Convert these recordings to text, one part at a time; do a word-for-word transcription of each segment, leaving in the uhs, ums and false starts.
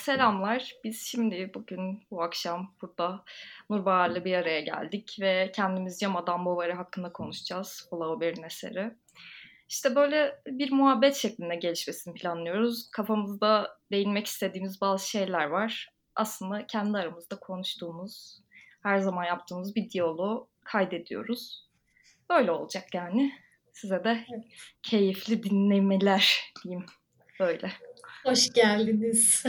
Selamlar. Biz şimdi bugün bu akşam burada Nurbahar'la bir araya geldik ve kendimizce Madame Bovary hakkında konuşacağız. Flaubert'in eseri. İşte böyle bir muhabbet şeklinde gelişmesini planlıyoruz. Kafamızda değinmek istediğimiz bazı şeyler var. Aslında kendi aramızda konuştuğumuz, her zaman yaptığımız bir diyaloğu kaydediyoruz. Böyle olacak yani. Size de keyifli dinlemeler diyeyim. Böyle. Hoş geldiniz.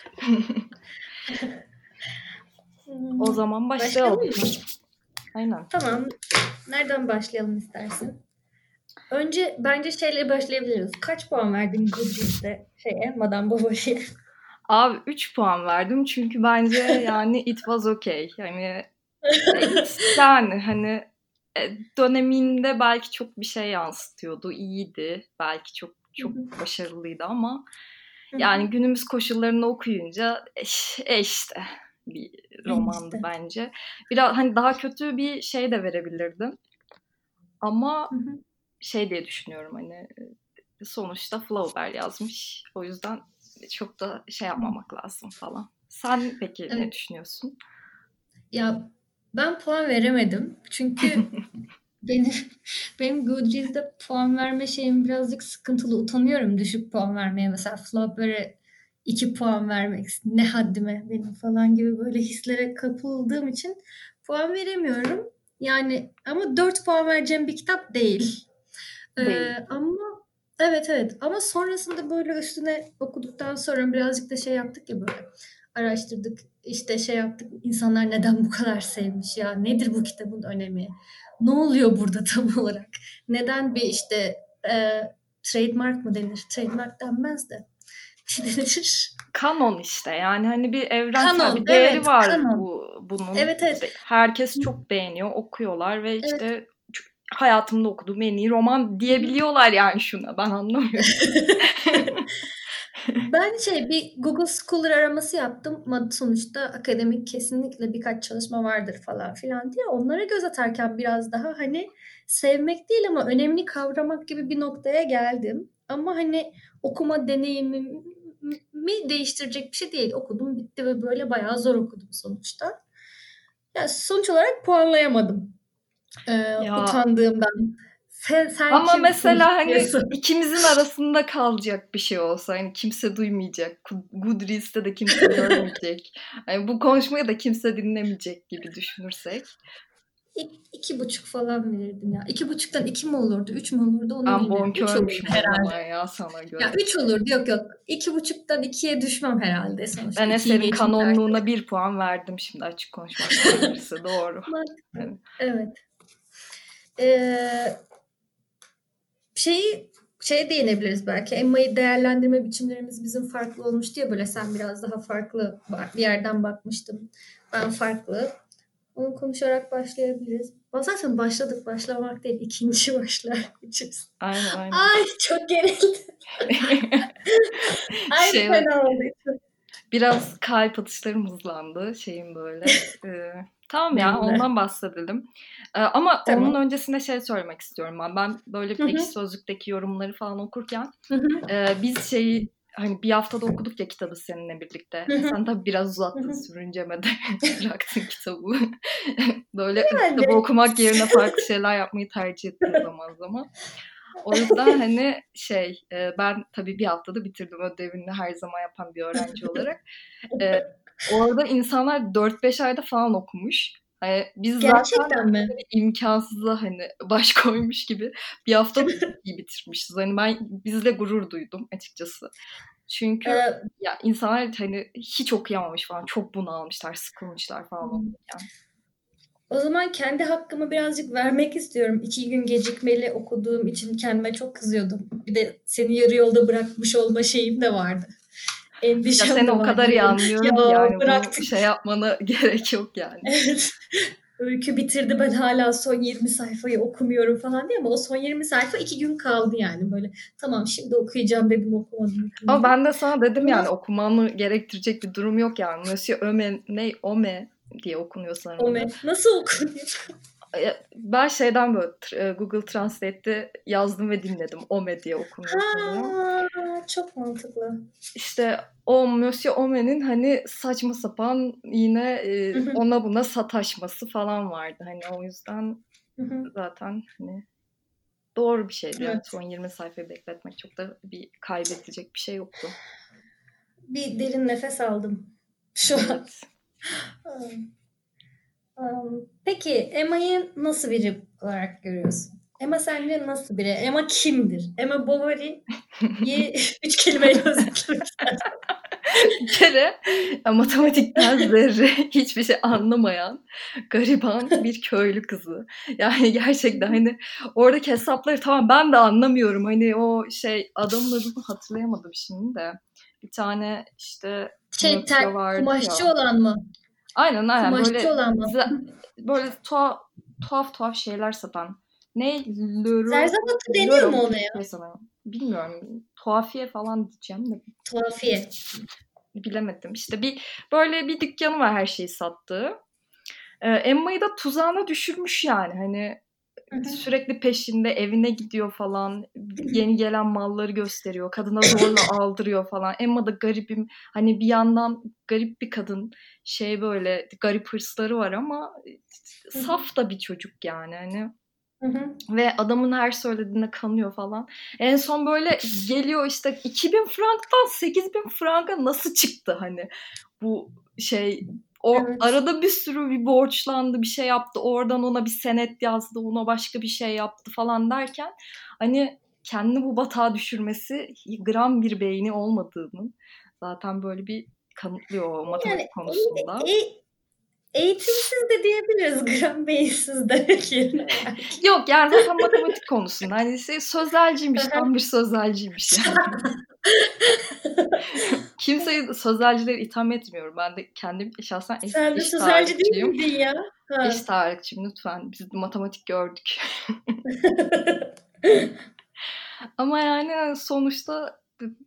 O zaman başlayalım. Başlayalım mı? Aynen. Tamam. Nereden başlayalım istersin? Önce bence şeyle başlayabiliriz. Kaç puan verdin Goodreads'te şeye, Madame Bovary'e? Abi üç puan verdim çünkü bence yani it was okay. Yani yani hani döneminde belki çok bir şey yansıtıyordu. İyiydi. Belki çok çok başarılıydı ama yani günümüz koşullarını okuyunca e işte bir romandı bence. Biraz hani daha kötü bir şey de verebilirdim. Ama şey diye düşünüyorum hani sonuçta Flaubert yazmış. O yüzden çok da şey yapmamak lazım falan. Sen peki evet. Ne düşünüyorsun? Ya ben puan veremedim. Çünkü benim benim Goodreads'de puan verme şeyim birazcık sıkıntılı. Utanıyorum düşük puan vermeye. Mesela Flaubert'e iki puan vermek ne haddime benim falan gibi böyle hislere kapıldığım için puan veremiyorum. Yani ama dört puan vereceğim bir kitap değil. Değil. Ee, ama evet evet ama sonrasında böyle üstüne okuduktan sonra birazcık da şey yaptık ya böyle araştırdık işte şey yaptık insanlar neden bu kadar sevmiş ya nedir bu kitabın önemi ne oluyor burada tam olarak neden bir işte e, trademark mı denir trademark denmez de ne denir? Kanon işte yani hani bir evrensel Kanon, bir değeri evet, var kanon. bu bunun. Evet evet. İşte herkes çok beğeniyor, okuyorlar ve işte evet. Hayatımda okuduğum en iyi roman diyebiliyorlar yani şuna. Ben anlamıyorum. Ben şey bir Google Scholar araması yaptım. Sonuçta akademik kesinlikle birkaç çalışma vardır falan filan diye. Onlara göz atarken biraz daha hani sevmek değil ama önemli kavramak gibi bir noktaya geldim. Ama hani okuma deneyimimi değiştirecek bir şey değil. Okudum bitti ve böyle bayağı zor okudum sonuçta. Yani sonuç olarak puanlayamadım. Ee, ya. Utandığımdan. Sen, sen ama mesela hani diyorsun? ikimizin arasında kalacak bir şey olsa hani kimse duymayacak. Goodreads'te de kimse görmeyecek. Yani bu konuşmayı da kimse dinlemeyecek gibi düşünürsek. İki, iki buçuk falan verirdim ya. İki buçuktan iki mi olurdu? Üç mü olurdu? Onu ben bilmiyorum. Üç olurdu herhalde. Ya sana göre. Ya üç olurdu. Yok yok. İki buçuktan ikiye düşmem herhalde sonuçta. Ben eserin kanonluğuna artık. Bir puan verdim şimdi açık konuşmak gerekirse. Doğru. Evet. evet. Ee, şeyi şeye değinebiliriz belki. Emma'yı değerlendirme biçimlerimiz bizim farklı olmuş diye böyle sen biraz daha farklı bir yerden bakmıştın. Ben farklı. Onu konuşarak başlayabiliriz. Zaten başladık. Başlamak değil. İkinci başlangıcımız. Aynen aynen. Ay çok gerildim. Ay şey, fena oldu. Biraz kalp atışlarım hızlandı. Şeyim böyle. Ee, tamam ya ondan bahsedelim. Ee, ama tamam. Onun öncesinde şey söylemek istiyorum ben. Ben böyle Ekşi Sözlük'teki yorumları falan okurken e, biz şeyi hani bir haftada okuduk ya kitabı seninle birlikte. Hı hı. Sen tabii biraz uzattın sürüncemede bıraktın kitabı. Böyle yani. Kitabı okumak yerine farklı şeyler yapmayı tercih ettin zaman zaman. O yüzden hani şey ben tabii bir haftada bitirdim ödevini her zaman yapan bir öğrenci olarak. Ee, orada insanlar dört beş ayda falan okumuş. Hani biz gerçekten zaten mi? imkansıza hani baş koymuş gibi bir hafta iyi bitirmişiz. Hani ben bizle gurur duydum açıkçası. Çünkü ee, ya insanlar hani hiç okuyamamış falan, çok bunalmışlar, sıkılmışlar falan okurken. O zaman kendi hakkımı birazcık vermek istiyorum. İki gün gecikmeli okuduğum için kendime çok kızıyordum. Bir de seni yarı yolda bırakmış olma şeyim de vardı. Endişem ya seni de o vardı. kadar iyi anlıyorum ya, ki yani bıraktık. bu şey yapmana gerek yok yani. Evet. Öykü bitirdi ben hala son yirmi sayfayı okumuyorum falan diye ama o son yirmi sayfa iki gün kaldı yani böyle. Tamam şimdi okuyacağım dedim okumadım. Ama ben de sana dedim yani okumanı gerektirecek bir durum yok yani. Monsieur Öme, ne Ome diye okunuyor sanırım. Ome. Nasıl okunuyor? Ben şeyden böyle Google Translate'te yazdım ve dinledim. Ome diye okunuyor sanırım. Çok mantıklı. İşte o Monsieur Ome'nin hani saçma sapan yine e, ona buna sataşması falan vardı. Hani o yüzden zaten hani doğru bir şeydi. Evet. Yani son yirmi sayfayı bekletmek çok da bir kaybedilecek bir şey yoktu. Bir derin nefes aldım şu an. Um, peki Emma'yı nasıl biri olarak görüyorsun? Emma sence nasıl biri? Emma kimdir? Emma Bovary'i üç kelimeyle özetlemek istersen. Bir kere ya, matematikten zerre hiçbir şey anlamayan gariban bir köylü kızı. Yani gerçekten hani oradaki hesapları tamam ben de anlamıyorum. Hani o şey adamın adını hatırlayamadım şimdi de. Bir tane işte şey ter, kumaşçı ya. olan mı? Aynen aynen kumaşçı böyle olan mı? böyle tuhaf tuhaf tuhaf şeyler satan. Ne? Loro, Zerzavatı deniyor mu ona ya? Bilmiyorum. Tuhafiye falan diyeceğim de. Tuhafiye. Bilemedim. İşte bir böyle bir dükkanı var her şeyi sattığı. Ee, Emma'yı da tuzağına düşürmüş yani. Hani Hı-hı. sürekli peşinde evine gidiyor falan. Yeni gelen malları gösteriyor. Kadına zorla aldırıyor falan. Emma da garibim. Hani bir yandan garip bir kadın. Şey böyle garip hırsları var ama Hı-hı. saf da bir çocuk yani. Hani Hı hı. Ve adamın her söylediğine kanıyor falan. En son böyle geliyor işte iki bin franktan sekiz bin franka nasıl çıktı hani bu şey o evet. Arada bir sürü bir borçlandı bir şey yaptı oradan ona bir senet yazdı ona başka bir şey yaptı falan derken hani kendini bu batağa düşürmesi gram bir beyni olmadığının zaten böyle bir kanıtlıyor o matematik yani, konusunda. E, e, Eğitimsiz de diyebiliriz. Gram beyinsiz demek yerine. Yok yani zaten matematik konusunda. Hani şey, sözelciymiş. Tam bir sözelciymiş yani. Kimseyi sözelcileri itham etmiyorum. Ben de kendim şahsen eş, Sen de eş sözelci değil miydin ya? Ha. Eş tarihçiyim lütfen. Biz matematik gördük. Ama yani sonuçta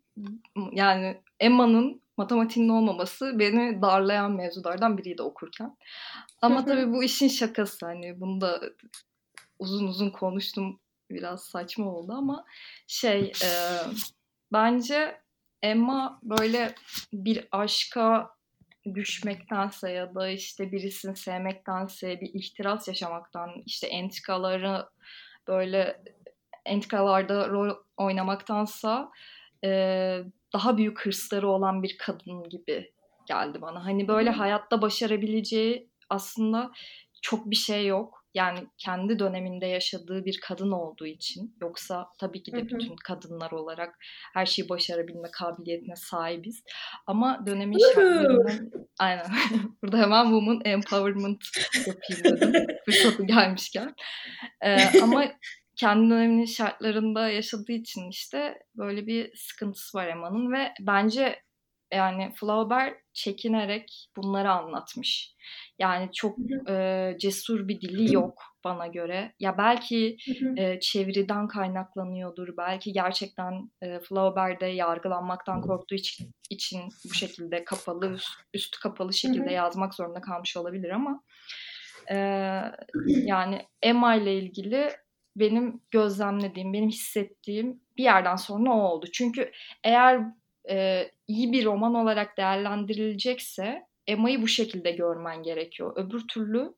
yani Emma'nın matematiğinin olmaması beni darlayan mevzulardan biriydi okurken. Ama tabii bu işin şakası. Hani bunu da uzun uzun konuştum. Biraz saçma oldu ama şey e, bence Emma böyle bir aşka düşmektense ya da işte birisini sevmektense bir ihtiras yaşamaktan işte entikaları böyle entikalarda rol oynamaktansa e, daha büyük hırsları olan bir kadın gibi geldi bana. Hani böyle hayatta başarabileceği aslında çok bir şey yok. Yani kendi döneminde yaşadığı bir kadın olduğu için. Yoksa tabii ki de bütün kadınlar olarak her şeyi başarabilme kabiliyetine sahibiz. Ama dönemin şartlarından aynen. Burada hemen woman empowerment yapayım dedim. Fırsatı gelmişken. Ee, ama kendi döneminin şartlarında yaşadığı için işte böyle bir sıkıntısı var Emma'nın ve bence yani Flaubert çekinerek bunları anlatmış. Yani çok e, cesur bir dili yok bana göre. Ya belki e, çeviriden kaynaklanıyordur. Belki gerçekten e, Flaubert'de yargılanmaktan korktuğu için, için bu şekilde kapalı, üst, üstü kapalı şekilde yazmak zorunda kalmış olabilir ama e, yani Emma ile ilgili benim gözlemlediğim, benim hissettiğim bir yerden sonra o oldu. Çünkü eğer e, iyi bir roman olarak değerlendirilecekse Emma'yı bu şekilde görmen gerekiyor. Öbür türlü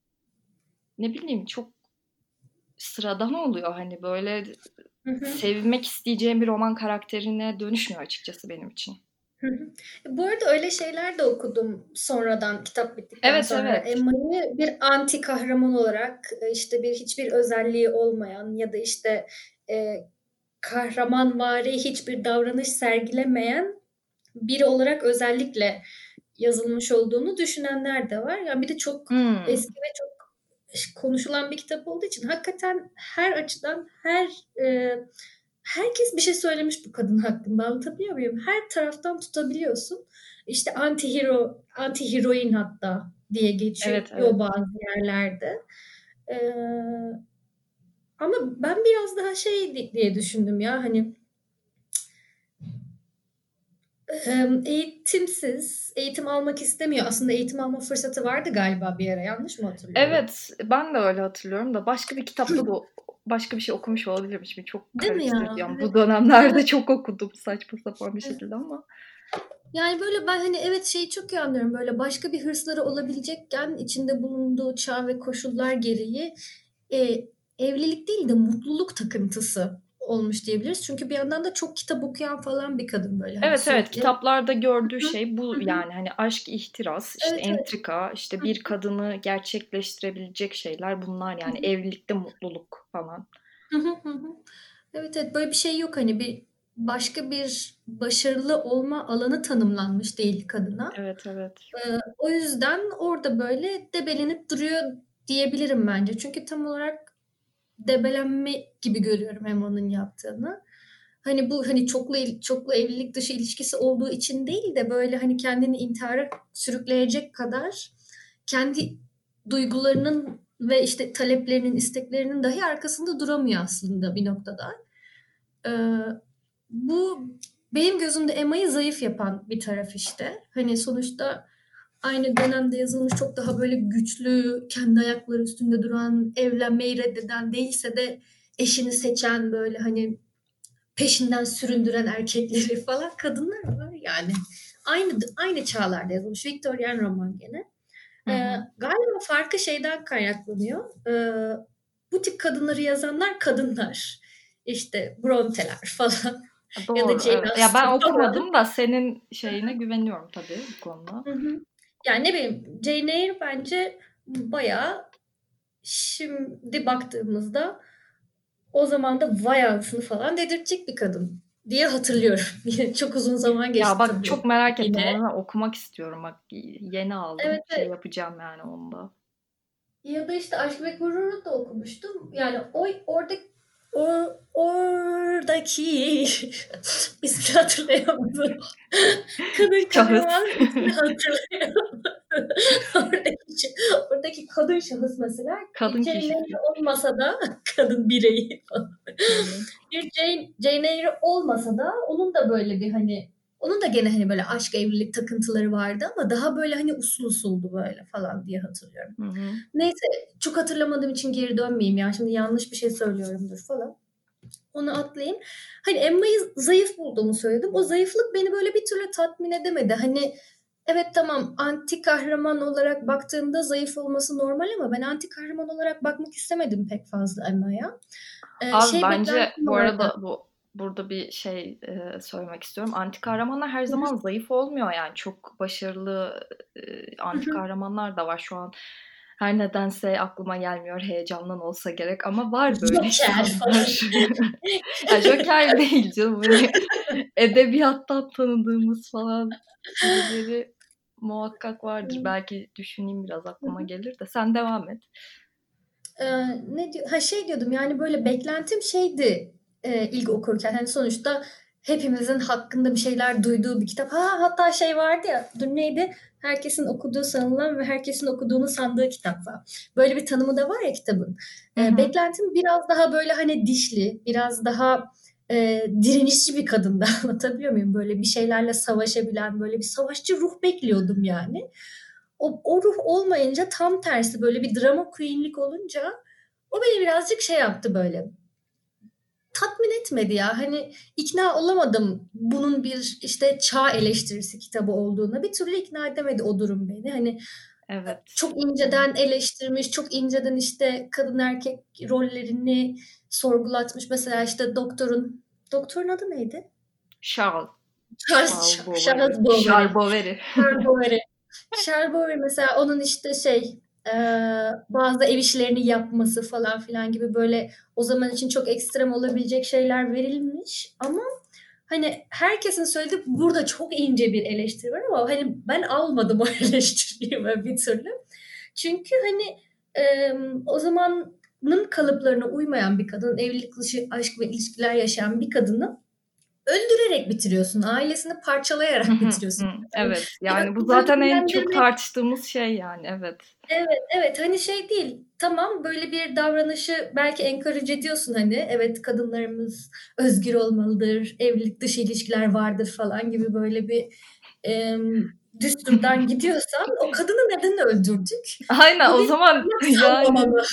ne bileyim çok sıradan oluyor. Hani böyle hı hı. sevmek isteyeceğim bir roman karakterine dönüşmüyor açıkçası benim için. Hı hı. Bu arada öyle şeyler de okudum sonradan kitap bittikten evet, sonra. Evet. Emma'yı bir anti kahraman olarak işte bir hiçbir özelliği olmayan ya da işte e, kahramanvari hiçbir davranış sergilemeyen biri olarak özellikle yazılmış olduğunu düşünenler de var. Yani bir de çok hmm. eski ve çok konuşulan bir kitap olduğu için hakikaten her açıdan her e, herkes bir şey söylemiş bu kadın hakkında. Anlatabiliyor muyum? Her taraftan tutabiliyorsun. İşte anti-hero, anti-heroin hatta diye geçiyor evet, evet. bazı yerlerde. Ee, ama ben biraz daha şey diye düşündüm ya hani Emm, eğitimsiz, eğitim almak istemiyor. Aslında eğitim alma fırsatı vardı galiba bir ara. Yanlış mı hatırlıyorum? Evet, ben de öyle hatırlıyorum da başka bir kitapta da o başka bir şey okumuş olabilirim. Şimdi çok Değil mi ya? karıştıracağım. Evet. Bu dönemlerde Evet. çok okudum saçma sapan bir Evet. şekilde ama. Yani, böyle, ben, hani, evet, şeyi çok iyi anlıyorum, böyle, başka bir hırsları olabilecekken içinde bulunduğu çağ ve koşullar gereği, eee, evlilik değil de mutluluk takıntısı olmuş diyebiliriz. Çünkü bir yandan da çok kitap okuyan falan bir kadın, böyle, hani, Evet, evet, sürekli. kitaplarda gördüğü Hı hı. şey bu Hı hı. yani, hani, aşk, ihtiras, işte, Evet, evet. entrika, işte, Hı bir hı. kadını gerçekleştirebilecek şeyler bunlar Hı yani. hı. Evlilikte mutluluk falan. Hı hı. Hı hı. Evet, evet, böyle bir şey yok. Hani, bir başka bir başarılı olma alanı tanımlanmış değil kadına. Evet, evet. Eee, o yüzden orada, böyle, debelenip duruyor diyebilirim bence. Çünkü tam olarak debelenme gibi görüyorum Emma'nın yaptığını. Hani, bu, hani, çoklu il çoklu evlilik dışı ilişkisi olduğu için değil de, böyle, hani, kendini intihara sürükleyecek kadar kendi duygularının ve, işte, taleplerinin, isteklerinin dahi arkasında duramıyor aslında bir noktada. Eee, bu benim gözümde Emma'yı zayıf yapan bir taraf işte. Hani, sonuçta aynı dönemde yazılmış çok daha, böyle, güçlü, kendi ayakları üstünde duran, evlenmeyi reddeden, değilse de eşini seçen, böyle, hani, peşinden süründüren erkekleri falan kadınlar var yani. Aynı aynı çağlarda yazılmış. Victorian roman gene. Hı Eee, hı. galiba farkı şeyden kaynaklanıyor. Eee, bu tip kadınları yazanlar kadınlar. İşte Bronte'ler falan ya da Doğru, Jane evet. Ya, ben Austen falan. okumadım da senin şeyine güveniyorum tabii bu konuda. Hı hı. Yani ne bileyim Jane Eyre bence bayağı şimdi baktığımızda o zaman da vay anasını falan dedirtecek bir kadın diye hatırlıyorum. Yine çok uzun zaman Ya, geçti bak tabii çok merak ettim. yine. Onu da okumak istiyorum. Bak yeni aldım. Evet, Şey evet. yapacağım yani onu da. Ya da işte Aşk ve Gurur'u da okumuştum. Yani o orada o, oradaki ismini hatırlayamadım. Kadın Şahıs. kahraman ismini hatırlayamadım. oradaki, oradaki kadın şahıs mesela Kadın Jane kişisi. Eyre olmasa da kadın bireyi falan. Hı hı. Bir Jane, Jane Eyre olmasa da onun da böyle bir hani onun da gene hani böyle aşk evlilik takıntıları vardı ama daha böyle hani usul usuldu böyle falan diye hatırlıyorum. Hı hı. Neyse çok hatırlamadığım için geri dönmeyeyim ya. Şimdi yanlış bir şey söylüyorumdur falan. Onu atlayayım. Hani Emma'yı zayıf bulduğumu söyledim. O zayıflık beni böyle bir türlü tatmin edemedi. Hani evet tamam anti kahraman olarak baktığımda zayıf olması normal ama ben anti kahraman olarak bakmak istemedim pek fazla Emma'ya. Ee, Abi şey bence beklentim bu vardı. arada bu burada bir şey e, söylemek istiyorum. Anti kahramanlar her zaman zayıf olmuyor yani. Çok başarılı e, anti kahramanlar da var şu an. Her nedense aklıma gelmiyor. Heyecandan olsa gerek ama var böyle Joker falan. insanlar. Ya Joker değil canım. Hani edebiyattan tanıdığımız falan birileri muhakkak vardır. Belki düşüneyim biraz aklıma gelir de. Sen devam et. Ee, ne diyor? Ha şey diyordum yani böyle beklentim şeydi e, ilk okurken hani sonuçta hepimizin hakkında bir şeyler duyduğu bir kitap. Ha hatta şey vardı ya dur neydi? Herkesin okuduğu sanılan ve herkesin okuduğunu sandığı kitap var. Böyle bir tanımı da var ya kitabın. Hı Ee, hı. beklentim biraz daha böyle hani dişli, biraz daha e, direnişçi bir kadındı. Anlatabiliyor muyum? Böyle bir şeylerle savaşabilen böyle bir savaşçı ruh bekliyordum yani. O, o ruh olmayınca tam tersi böyle bir drama queen'lik olunca o beni birazcık şey yaptı böyle. Tatmin etmedi ya. Hani ikna olamadım bunun bir işte çağ eleştirisi kitabı olduğuna. Bir türlü ikna edemedi o durum beni. Hani Evet. çok inceden eleştirmiş, çok inceden işte kadın erkek rollerini sorgulatmış. Mesela işte doktorun, doktorun adı neydi? Charles. Charles, Charles Bovary. Charles Bovary. Charles Bovary. Charles Bovary. Shelby mesela onun işte şey e, bazı ev işlerini yapması falan filan gibi böyle o zaman için çok ekstrem olabilecek şeyler verilmiş ama hani herkesin söylediği burada çok ince bir eleştiri var ama hani ben almadım o eleştiriyi ben bir türlü. Çünkü hani e, o zamanın kalıplarına uymayan bir kadın, evlilik dışı aşk ve ilişkiler yaşayan bir kadının öldürerek bitiriyorsun. Ailesini parçalayarak bitiriyorsun. Yani Evet. bir Yani bu akılları zaten en çok dinlendirmek. tartıştığımız şey yani. Evet. Evet, evet. Hani şey değil. Tamam böyle bir davranışı belki encourage ediyorsun hani. Evet kadınlarımız özgür olmalıdır. Evlilik dışı ilişkiler vardır falan gibi böyle bir e, düsturdan gidiyorsan o kadını neden öldürdük? Aynen Bu o bir zaman ahlak yani sallamalı.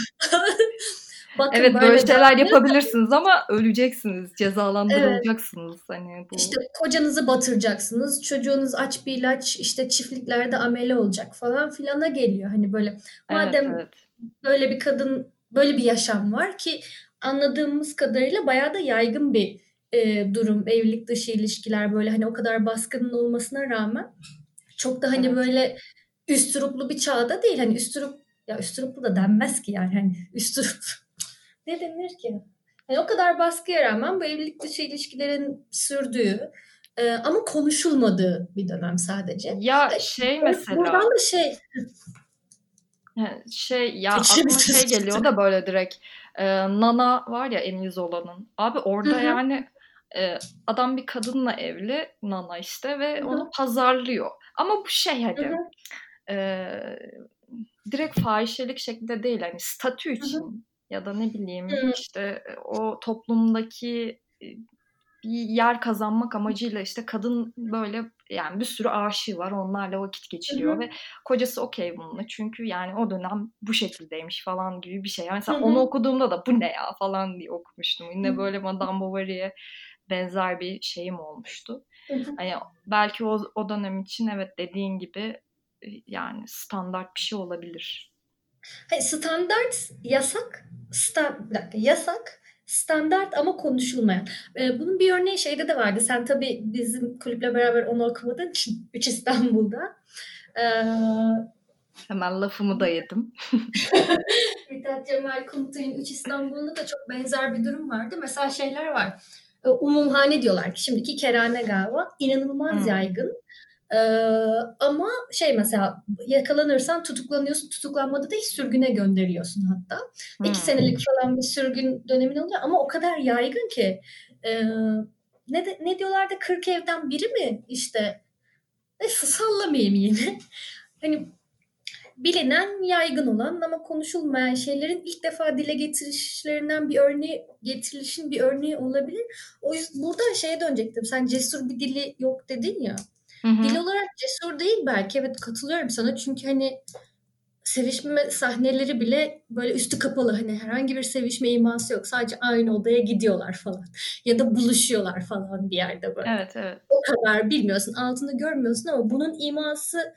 Bakın evet böyle böyle şeyler davranırsanız yapabilirsiniz ama öleceksiniz, evet. cezalandırılacaksınız. Hani İşte bu kocanızı batıracaksınız, çocuğunuz aç bir ilaç, işte çiftliklerde amele olacak falan filana geliyor. Hani böyle evet madem evet. böyle bir kadın, böyle bir yaşam var ki anladığımız kadarıyla bayağı da yaygın bir e, durum. Evlilik dışı ilişkiler böyle hani o kadar baskının olmasına rağmen çok da hani Evet. böyle üsturuplu bir çağda değil. Hani üsturup ya üsturuplu da denmez ki yani hani üsturup ne denir ki? Yani o kadar baskıya rağmen bu evlilik dışı ilişkilerin sürdüğü e, ama konuşulmadığı bir dönem sadece. Ya Ha, şey buradan mesela da şey he, şey ya geçiyor aklıma şey bir geliyor da böyle direkt e, Nana var ya Emily Zola'nın. Abi Hı orada hı, yani e, adam bir kadınla evli Nana işte ve hı onu hı, pazarlıyor. Ama bu şey hı hadi hı, e, direkt fahişelik şeklinde değil hani statü hı hı, için ya da ne bileyim hı işte e, o toplumdaki e, bir yer kazanmak amacıyla işte kadın böyle yani bir sürü aşığı var onlarla vakit geçiriyor hı, ve kocası okey bununla çünkü yani o dönem bu şekildeymiş falan gibi bir şey. Yani hı mesela onu hı, okuduğumda da bu ne ya falan diye okumuştum. hı Yine böyle Madame Bovary'e benzer bir şeyim olmuştu. hı. Hani belki o, o dönem için evet dediğin gibi e, yani standart bir şey olabilir. Hayır, standart yasak, sta, bir dakika, yasak, standart ama konuşulmayan. Ee, bunun bir örneği şeyde de vardı. Sen tabii bizim kulüple beraber onu okumadığın için Üç İstanbul'da. Ee, Hemen lafımı da yedim. Mithat Cemal Kumutay'ın Üç İstanbul'unda da çok benzer bir durum vardı. Mesela şeyler var. Ee, Umumhane diyorlar ki şimdiki kerane galiba. İnanılmaz Hmm. yaygın. Ee, ama şey mesela yakalanırsan tutuklanıyorsun. Tutuklanmada da hiç sürgüne gönderiliyorsun hatta. İki Hmm. senelik falan bir sürgün dönemin oluyor ama o kadar yaygın ki. Ee, ne, de, ne diyorlar da kırk evden biri mi işte neyse sallamayayım yine. Hani bilinen, yaygın olan ama konuşulmayan şeylerin ilk defa dile getirişlerinden bir örneği, getirilişin bir örneği olabilir. O yüzden burada şeye dönecektim. Sen cesur bir dili yok dedin ya. Hı Dil hı. olarak cesur değil belki. Evet katılıyorum sana. Çünkü hani sevişme sahneleri bile böyle üstü kapalı. Hani herhangi bir sevişme iması yok. Sadece aynı odaya gidiyorlar falan. Ya da buluşuyorlar falan bir yerde böyle. Evet evet. O kadar bilmiyorsun, altını görmüyorsun ama bunun iması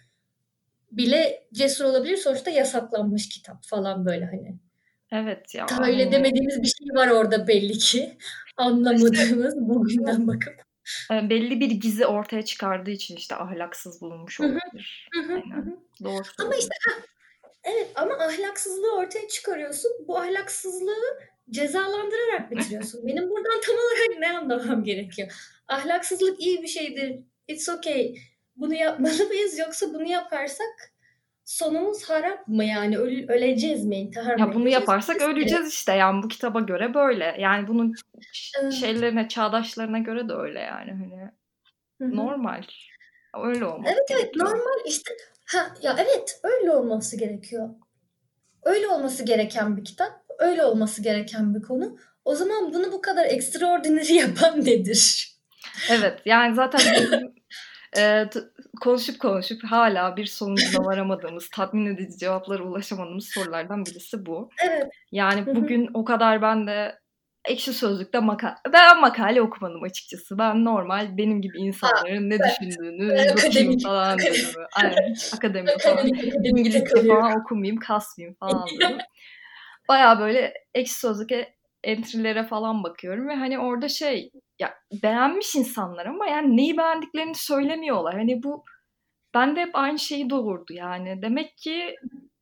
bile cesur olabilir. Sonuçta yasaklanmış kitap falan böyle hani. Evet ya Tahayyül hani edemediğimiz bir şey var orada belli ki. işte Anlamadığımız bu bugünden bakıp. e, belli bir gizi ortaya çıkardığı için işte ahlaksız bulunmuş Hı hı, olabilir. hı hı, hı Aynen. hı. Doğru Ama işte söylüyorsun. evet ama ahlaksızlığı ortaya çıkarıyorsun. Bu ahlaksızlığı cezalandırarak bitiriyorsun. Benim buradan tam olarak ne anlamam gerekiyor? Ahlaksızlık iyi bir şeydir. It's okay. Bunu yapmalı mıyız yoksa bunu yaparsak sonumuz harap mı yani? Öl- öleceğiz mi? İntihar mı Ya bunu edeceğiz? yaparsak öleceğiz işte yani bu kitaba göre böyle. Yani bunun ş- Ee, şeylerine, çağdaşlarına göre de öyle yani hani Hı hı. normal. Öyle olması Evet evet gerekiyor. normal işte. Ha, ya evet öyle olması gerekiyor. Öyle olması gereken bir kitap. Öyle olması gereken bir konu. O zaman bunu bu kadar extraordinary yapan nedir? Evet yani zaten bizim e, t- konuşup konuşup hala bir sonucuna varamadığımız, tatmin edici cevaplara ulaşamadığımız sorulardan birisi bu. Evet. Yani Hı hı. bugün o kadar ben de Ekşi Sözlük'te makale, ben makale okumadım açıkçası. Ben normal benim gibi Aa, insanların ne ben, düşündüğünü ben bir bakayım akademik, falan dedim. akademik, Aynen hiç akademi falan, akademik, akademikte İngilizce kalıyorum. falan okumayayım, kasmayayım falan dedim. Baya böyle Ekşi Sözlük'e entry'lere falan bakıyorum ve hani orada şey ya beğenmiş insanlar ama yani neyi beğendiklerini söylemiyorlar. Hani bu bende hep aynı şeyi doğurdu yani. Demek ki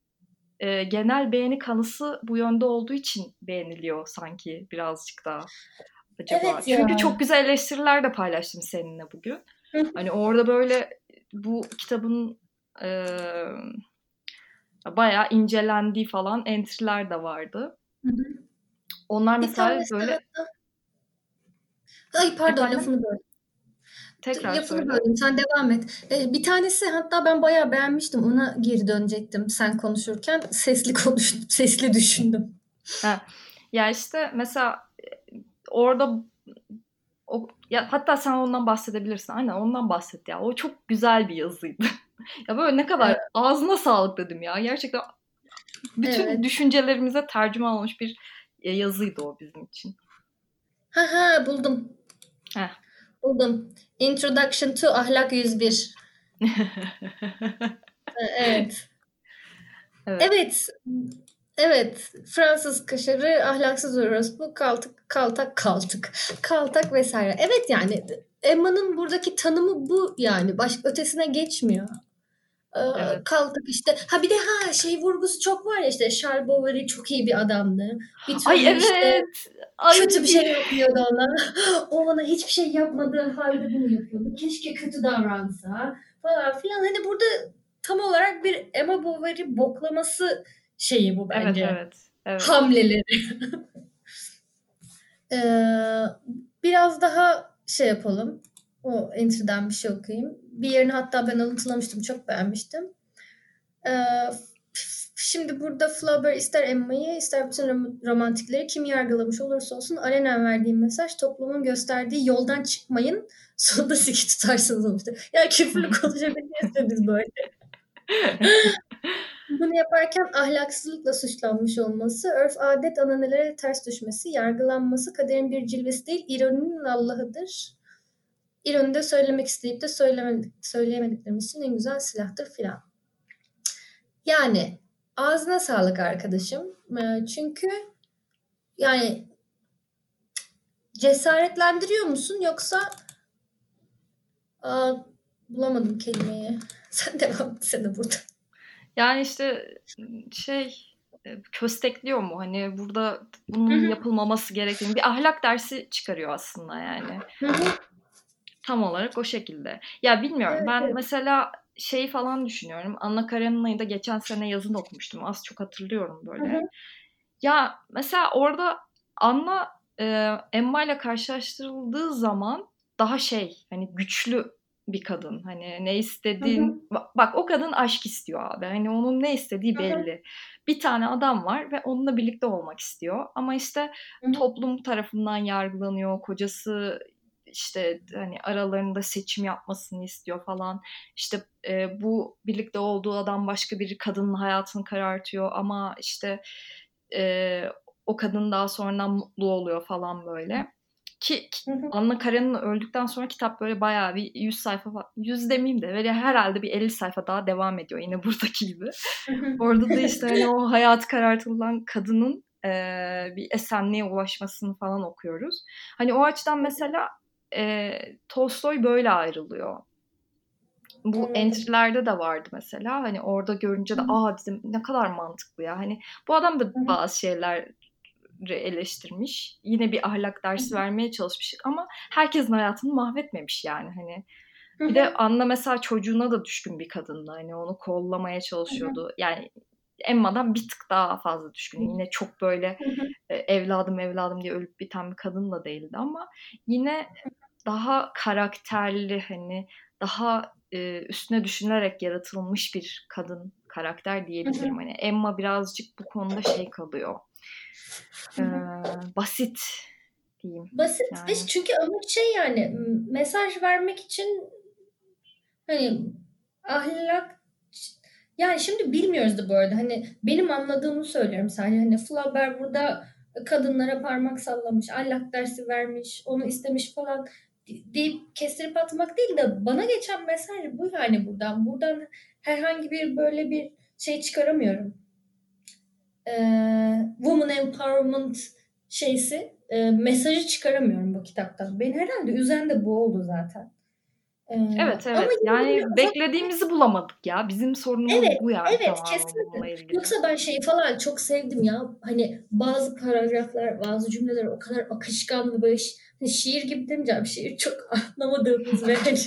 e, genel beğeni kanısı bu yönde olduğu için beğeniliyor sanki birazcık daha acaba. Evet ya. Çünkü çok güzel eleştiriler de paylaştım seninle bugün. Hı hı. Hani orada böyle bu kitabın e, bayağı incelendiği falan entry'ler de vardı. Hı hı. Onlar Bir mesela tanesi de böyle hatta ay pardon efendim lafını böldüm. Tekrar Lafını söyle. böldüm. Sen devam et. Ee, bir tanesi hatta ben bayağı beğenmiştim. Ona geri dönecektim sen konuşurken. Sesli konuştum. Sesli düşündüm. Ha. Ya işte mesela orada o, ya hatta sen ondan bahsedebilirsin. Aynen ondan bahset ya. O çok güzel bir yazıydı. Ya böyle ne kadar Evet. ağzına sağlık dedim ya. Gerçekten bütün Evet. düşüncelerimize tercüme olmuş bir yazıydı o bizim için. Ha ha buldum. Heh. Buldum. Introduction to Ahlak yüz bir. Evet. Evet. Evet. Evet. Fransız kaşarı, ahlaksız orospu, kaltık, kaltak, kaltık. Kaltak vesaire. Evet yani Emma'nın buradaki tanımı bu yani. Başka ötesine geçmiyor. Ee, Evet. kaldık işte. Ha bir de ha şey vurgusu çok var ya işte Charles Bovary çok iyi bir adamdı. Bir Ay türlü işte evet. Ay. kötü bir şey yapmıyordu ona. O ona hiçbir şey yapmadığı halde bunu yapıyordu. Keşke kötü davransa falan filan. Hani burada tam olarak bir Emma Bovary boklaması şeyi bu Evet bence. evet. Evet. Hamleleri. Ee, biraz daha şey yapalım. O entry'den bir şey okuyayım. Bir yerini hatta ben alıntılamıştım. Çok beğenmiştim. Ee, şimdi burada Flaubert ister Emma'yı ister bütün rom- romantikleri kim yargılamış olursa olsun alenen verdiği mesaj toplumun gösterdiği yoldan çıkmayın sonunda siki tutarsınız olmuştur. Ya küfürlü konuşabiliriz de biz böyle. Bunu yaparken ahlaksızlıkla suçlanmış olması, örf adet ananelere ters düşmesi, yargılanması kaderin bir cilvesi değil, ironinin Allah'ıdır. İroni de söylemek isteyip de söylemedik, söyleyemediklerimiz için en güzel silahtır filan. Yani ağzına sağlık arkadaşım. Ee, Çünkü yani cesaretlendiriyor musun yoksa aa, bulamadım kelimeyi. Sen devam etsene burada. Yani işte şey köstekliyor mu? Hani burada bunun yapılmaması gerektiğini bir ahlak dersi çıkarıyor aslında yani. Tam olarak o şekilde. Ya bilmiyorum. Evet, Ben evet. mesela şeyi falan düşünüyorum. Anna Karenina'yı da geçen sene yazın okumuştum. Az çok hatırlıyorum böyle. Ya mesela orada Anna e, Emma ile karşılaştırıldığı zaman daha şey hani güçlü bir kadın. Hani ne istediğin bak, bak o kadın aşk istiyor abi. Hani onun ne istediği belli. Bir tane adam var ve onunla birlikte olmak istiyor. Ama işte toplum tarafından yargılanıyor. Kocası işte hani aralarında seçim yapmasını istiyor falan. İşte e, bu birlikte olduğu adam başka bir kadının hayatını karartıyor ama işte e, o kadın daha sonradan mutlu oluyor falan böyle. Ki, ki Anna Karenina öldükten sonra kitap böyle bayağı bir yüz sayfa falan, yüz demeyeyim de böyle herhalde bir elli sayfa daha devam ediyor yine buradaki gibi. Orada da işte hani o hayatı karartılan kadının e, bir esenliğe ulaşmasını falan okuyoruz. Hani o açıdan mesela e, Tolstoy böyle ayrılıyor. Bu Anladım. entry'lerde de vardı mesela. Hani orada görünce de aa dedim ne kadar mantıklı ya. Hani bu adam da bazı şeyleri eleştirmiş. Yine bir ahlak dersi vermeye çalışmış ama herkesin hayatını mahvetmemiş yani hani. Bir de Anna mesela çocuğuna da düşkün bir kadındı. Hani onu kollamaya çalışıyordu. Yani Emma'dan bir tık daha fazla düşkün. Yine çok böyle e, evladım evladım diye ölüp biten bir kadın da değildi ama yine daha karakterli hani daha e, üstüne düşünülerek yaratılmış bir kadın karakter diyebilirim. Hani Emma birazcık bu konuda şey kalıyor. E, basit diyeyim. Basit ve Yani. çünkü amaç şey yani mesaj vermek için hani ahlak yani şimdi bilmiyoruz da bu arada hani benim anladığımı söylüyorum sadece hani Flaubert burada kadınlara parmak sallamış, ahlak dersi vermiş, onu istemiş falan deyip kestirip atmak değil de bana geçen mesaj bu yani buradan. Buradan herhangi bir böyle bir şey çıkaramıyorum. Ee, woman empowerment şeysi e, mesajı çıkaramıyorum bu kitaptan. Beni herhalde üzen de bu oldu zaten. Ee, Evet ama evet. yine böyle Yani ufak beklediğimizi bulamadık ya. Bizim sorunumuz evet, bu yani evet tamamen bununla kesinlikle. ilgili. Yoksa ben şeyi falan çok sevdim ya. Hani bazı paragraflar, bazı cümleler o kadar akışkan ve böyle şi- hani şiir gibi demeyeceğim. Şiir çok anlamadığımız ve hani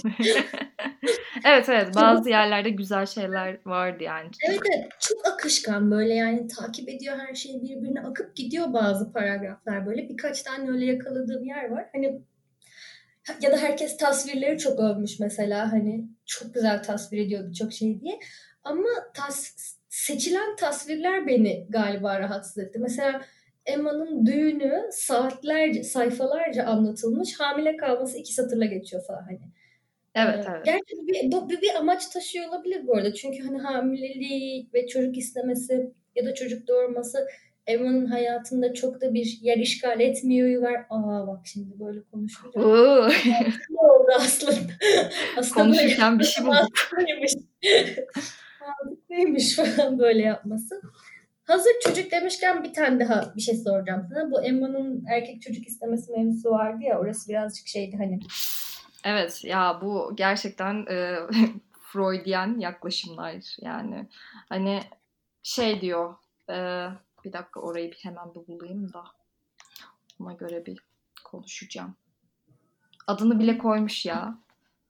Evet evet bazı yerlerde güzel şeyler vardı yani. evet evet çok akışkan böyle yani takip ediyor her şey birbirine akıp gidiyor bazı paragraflar böyle. Birkaç tane öyle yakaladığım yer var. Hani Ya da herkes tasvirleri çok övmüş mesela, hani çok güzel tasvir ediyor birçok şey diye. Ama tas seçilen tasvirler beni galiba rahatsız etti. Mesela Emma'nın düğünü saatlerce, sayfalarca anlatılmış. Hamile kalması iki satırla geçiyor falan hani. Evet, Ee, evet. gerçi bu bir, bu bir, bir amaç taşıyor olabilir bu arada. Çünkü hani hamilelik ve çocuk istemesi ya da çocuk doğurması Emma'nın hayatında çok da bir yer işgal etmiyor var. Aa bak şimdi böyle konuşunca Oo. ne oldu aslında? Aslında böyle Konuşurken bir şey bulduk. mantıklıymış. Mantıklıymış falan böyle yapması. Hazır çocuk demişken bir tane daha bir şey soracağım sana. Bu Emma'nın erkek çocuk istemesi mevzusu vardı ya, orası birazcık şeydi hani. Evet ya, bu gerçekten e, Freudian yaklaşımlar yani. Hani şey diyor, e, bir dakika orayı bir hemen bir bulayım da ona göre bir konuşacağım. Adını bile koymuş ya.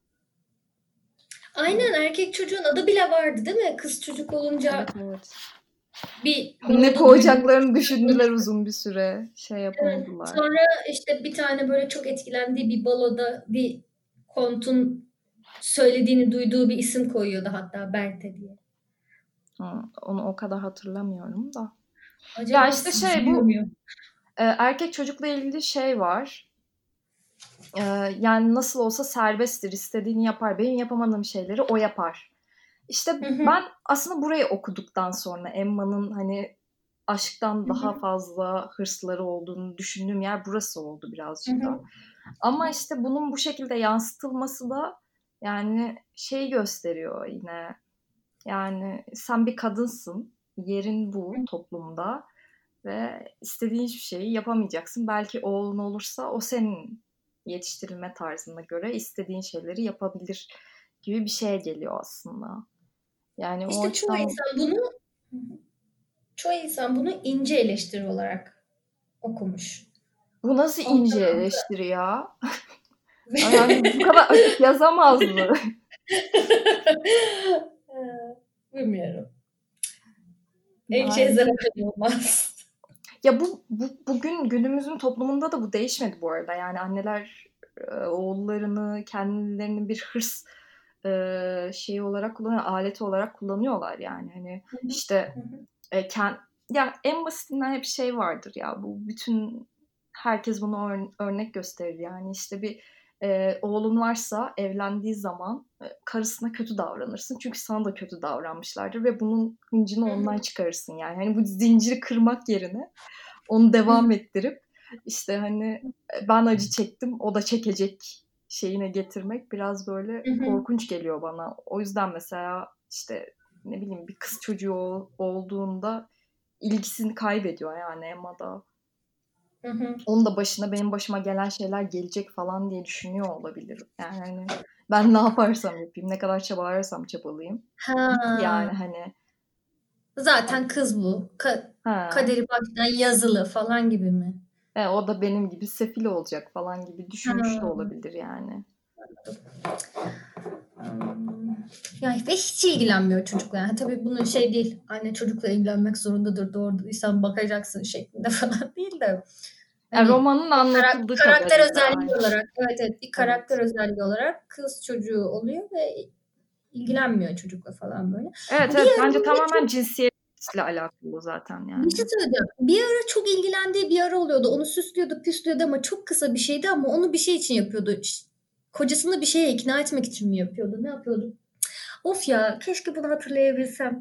Aynen, erkek çocuğun adı bile vardı değil mi? Kız çocuk Evet, olunca evet. bir Ne baloda düğün. koyacaklarını düşündüler uzun bir süre. Şey Evet. yapamadılar. Sonra işte bir tane böyle çok etkilendiği bir baloda bir kontun söylediğini duyduğu bir isim koyuyordu hatta, Berthe diye. Hı, onu o kadar hatırlamıyorum da. Ya Acaba işte şey, sızlıyor bu muyum? e, erkek çocukla ilgili şey var. E, yani nasıl olsa serbesttir, istediğini yapar. Benim yapamadığım şeyleri o yapar. İşte Hı hı, ben aslında burayı okuduktan sonra Emma'nın hani aşktan hı daha hı, fazla hırsları olduğunu düşündüğüm yer burası oldu hı birazcık da. hı, Ama işte bunun bu şekilde yansıtılması da yani şeyi gösteriyor yine. Yani sen bir kadınsın, yerin bu toplumda ve istediğin hiçbir şeyi yapamayacaksın. Belki oğlun olursa o senin yetiştirilme tarzına göre istediğin şeyleri yapabilir gibi bir şeye geliyor aslında. Yani o İşte çoğu açıdan insan bunu çoğu insan bunu ince eleştiri olarak okumuş. bu nasıl ince Alttan eleştiri ya? alta. Yani bu kadar açık yazamazdı. Bilmiyorum. Ekşi Yani zaten olmaz. ya bu, bu bugün günümüzün toplumunda da bu değişmedi bu arada. Yani anneler e, oğullarını kendilerinin bir hırs e, şeyi olarak kullanıyor, aleti olarak kullanıyorlar yani. Hani işte e, kend, ya en basitinden hep şey vardır ya, bu bütün herkes bunu ör- örnek gösterir yani. İşte bir e, oğlun varsa evlendiği zaman e, karısına kötü davranırsın çünkü sana da kötü davranmışlardır ve bunun hıncını ondan çıkarırsın yani. Hani bu zinciri kırmak yerine onu devam ettirip işte hani ben acı çektim o da çekecek şeyine getirmek biraz böyle korkunç geliyor bana. O yüzden mesela işte ne bileyim bir kız çocuğu ol- olduğunda ilgisini kaybediyor yani Emma da. Onun da başına benim başıma gelen şeyler gelecek falan diye düşünüyor olabilir. Yani hani ben ne yaparsam yapayım, ne kadar çabalarsam çabalayayım. Bit Ha, yani hani. zaten kız bu. Ka- Ha. kaderi baştan yazılı falan gibi mi? E, o da benim gibi sefil olacak falan gibi düşünmüş de Ha. olabilir yani. Hmm. Yani ve hiç ilgilenmiyor çocukla. Yani tabii bunun şey değil. Anne çocukla ilgilenmek zorundadır. Doğurduysan bakacaksın şeklinde falan değil de. E, Hani romanın bir kara- anlatıldığı karakter kadarıyla özelliği aynen. olarak, evet evet, bir karakter Evet. özelliği olarak kız çocuğu oluyor ve ilgilenmiyor çocukla falan böyle. Evet, Bir evet, ara bence böyle tamamen çok, cinsiyetle alakalı zaten bir şey yani. söyleyeceğim. Bir ara çok ilgilendiği bir ara oluyordu. Onu süslüyordu, püslüyordu ama çok kısa bir şeydi, ama onu bir şey için yapıyordu. Ş- Kocasını bir şeye ikna etmek için mi yapıyordu? Ne yapıyordu? Of ya, keşke bunu hatırlayabilsem.